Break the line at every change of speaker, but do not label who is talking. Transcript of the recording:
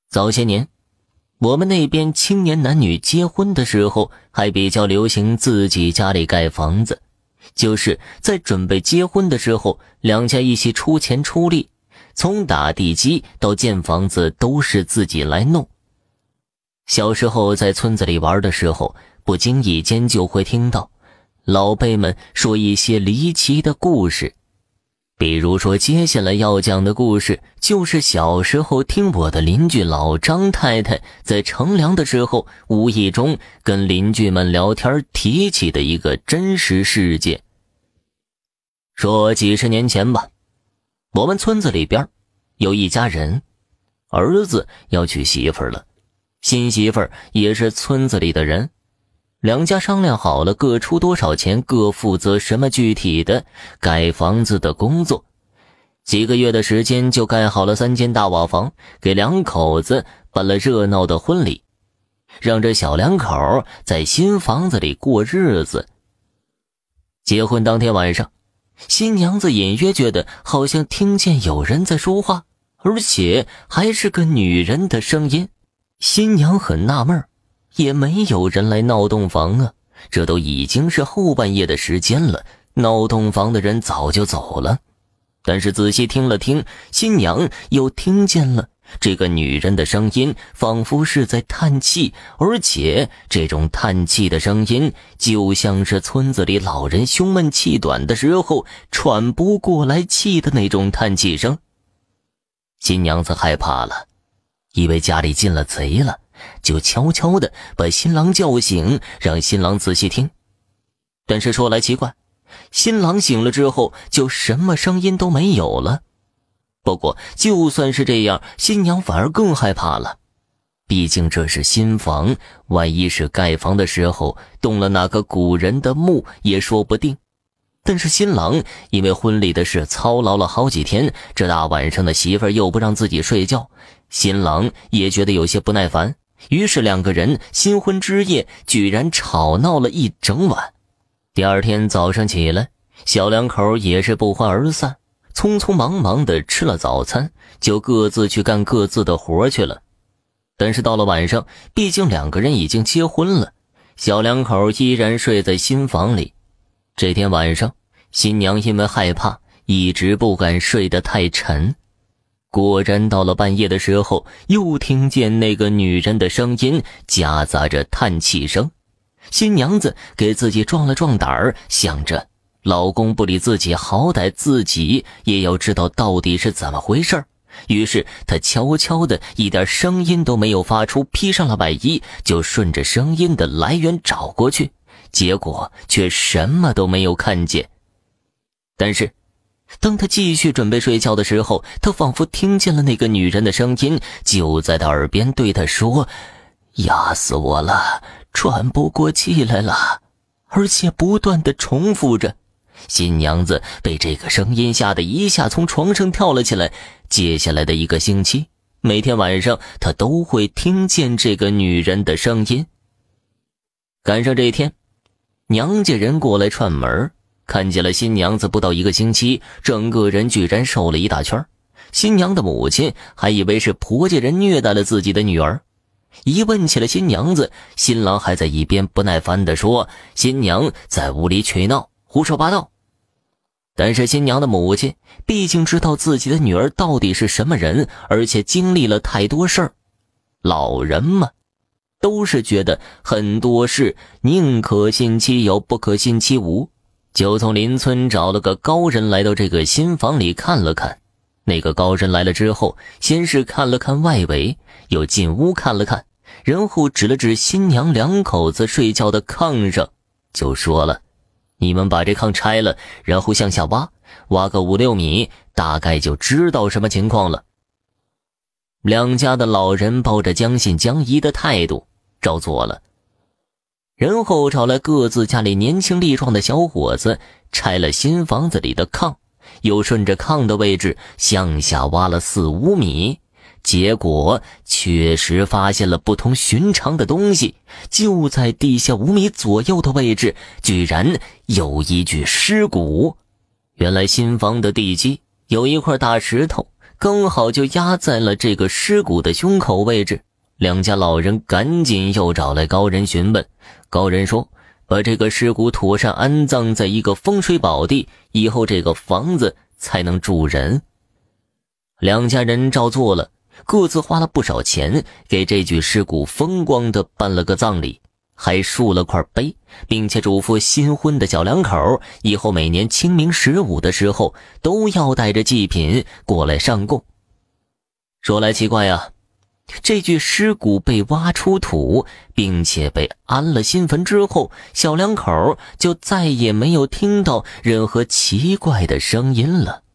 早些年，我们那边青年男女结婚的时候还比较流行自己家里盖房子，就是在准备结婚的时候，两家一起出钱出力，从打地基到建房子都是自己来弄。小时候在村子里玩的时候，不经意间就会听到老辈们说一些离奇的故事。比如说接下来要讲的故事，就是小时候听我的邻居老张太太在乘凉的时候，无意中跟邻居们聊天提起的一个真实事件。说几十年前吧，我们村子里边有一家人，儿子要娶媳妇了，新媳妇也是村子里的人，两家商量好了各出多少钱，各负责什么具体的盖房子的工作。几个月的时间就盖好了3间大瓦房，给两口子办了热闹的婚礼，让这小两口在新房子里过日子。结婚当天晚上，新娘子隐约觉得好像听见有人在说话，而且还是个女人的声音。新娘很纳闷，也没有人来闹洞房啊，这都已经是后半夜的时间了，闹洞房的人早就走了。但是仔细听了听，新娘又听见了这个女人的声音，仿佛是在叹气，而且这种叹气的声音就像是村子里老人胸闷气短的时候喘不过来气的那种叹气声。新娘子害怕了，以为家里进了贼了，就悄悄地把新郎叫醒，让新郎仔细听。但是说来奇怪，新郎醒了之后就什么声音都没有了。不过就算是这样，新娘反而更害怕了，毕竟这是新房，万一是盖房的时候动了哪个古人的墓也说不定。但是新郎因为婚礼的事操劳了好几天，这大晚上的媳妇儿又不让自己睡觉，新郎也觉得有些不耐烦，于是两个人新婚之夜居然吵闹了一整晚。第二天早上起来，小两口也是不欢而散，匆匆忙忙地吃了早餐，就各自去干各自的活去了。但是到了晚上，毕竟两个人已经结婚了，小两口依然睡在新房里。这天晚上，新娘因为害怕，一直不敢睡得太沉。果然到了半夜的时候，又听见那个女人的声音夹杂着叹气声。新娘子给自己壮了壮胆儿，想着老公不理自己，好歹自己也要知道到底是怎么回事。于是她悄悄的一点声音都没有发出，披上了外衣，就顺着声音的来源找过去，结果却什么都没有看见。但是当她继续准备睡觉的时候，她仿佛听见了那个女人的声音，就在她耳边对她说：压死我了，喘不过气来了，而且不断地重复着。新娘子被这个声音吓得一下从床上跳了起来，接下来的1个星期，每天晚上她都会听见这个女人的声音。赶上这一天，娘家人过来串门，看见了新娘子不到1个星期，整个人居然瘦了一大圈。新娘的母亲还以为是婆家人虐待了自己的女儿，一问起了新娘子，新郎还在一边不耐烦地说新娘在屋里取闹，胡说八道。但是新娘的母亲毕竟知道自己的女儿到底是什么人，而且经历了太多事儿，老人嘛，都是觉得很多事宁可信其有，不可信其无，就从邻村找了个高人来到这个新房里看了看。那个高人来了之后，先是看了看外围，又进屋看了看，然后指了指新娘两口子睡觉的炕上，就说了：你们把这炕拆了，然后向下挖个5-6米，大概就知道什么情况了。两家的老人抱着将信将疑的态度照做了，然后找来各自家里年轻力壮的小伙子，拆了新房子里的炕，又顺着炕的位置向下挖了4-5米，结果确实发现了不同寻常的东西，就在地下5米左右的位置，居然有一具尸骨。原来新房的地基有一块大石头， 刚好就压在了这个尸骨的胸口位置。两家老人赶紧又找来高人询问，高人说把这个尸骨妥善安葬在一个风水宝地，以后这个房子才能住人。两家人照做了，各自花了不少钱给这具尸骨风光地办了个葬礼，还竖了块碑，并且嘱咐新婚的小两口以后每年清明15的时候都要带着祭品过来上供。说来奇怪啊，这具尸骨被挖出土并且被安了新坟之后，小两口就再也没有听到任何奇怪的声音了。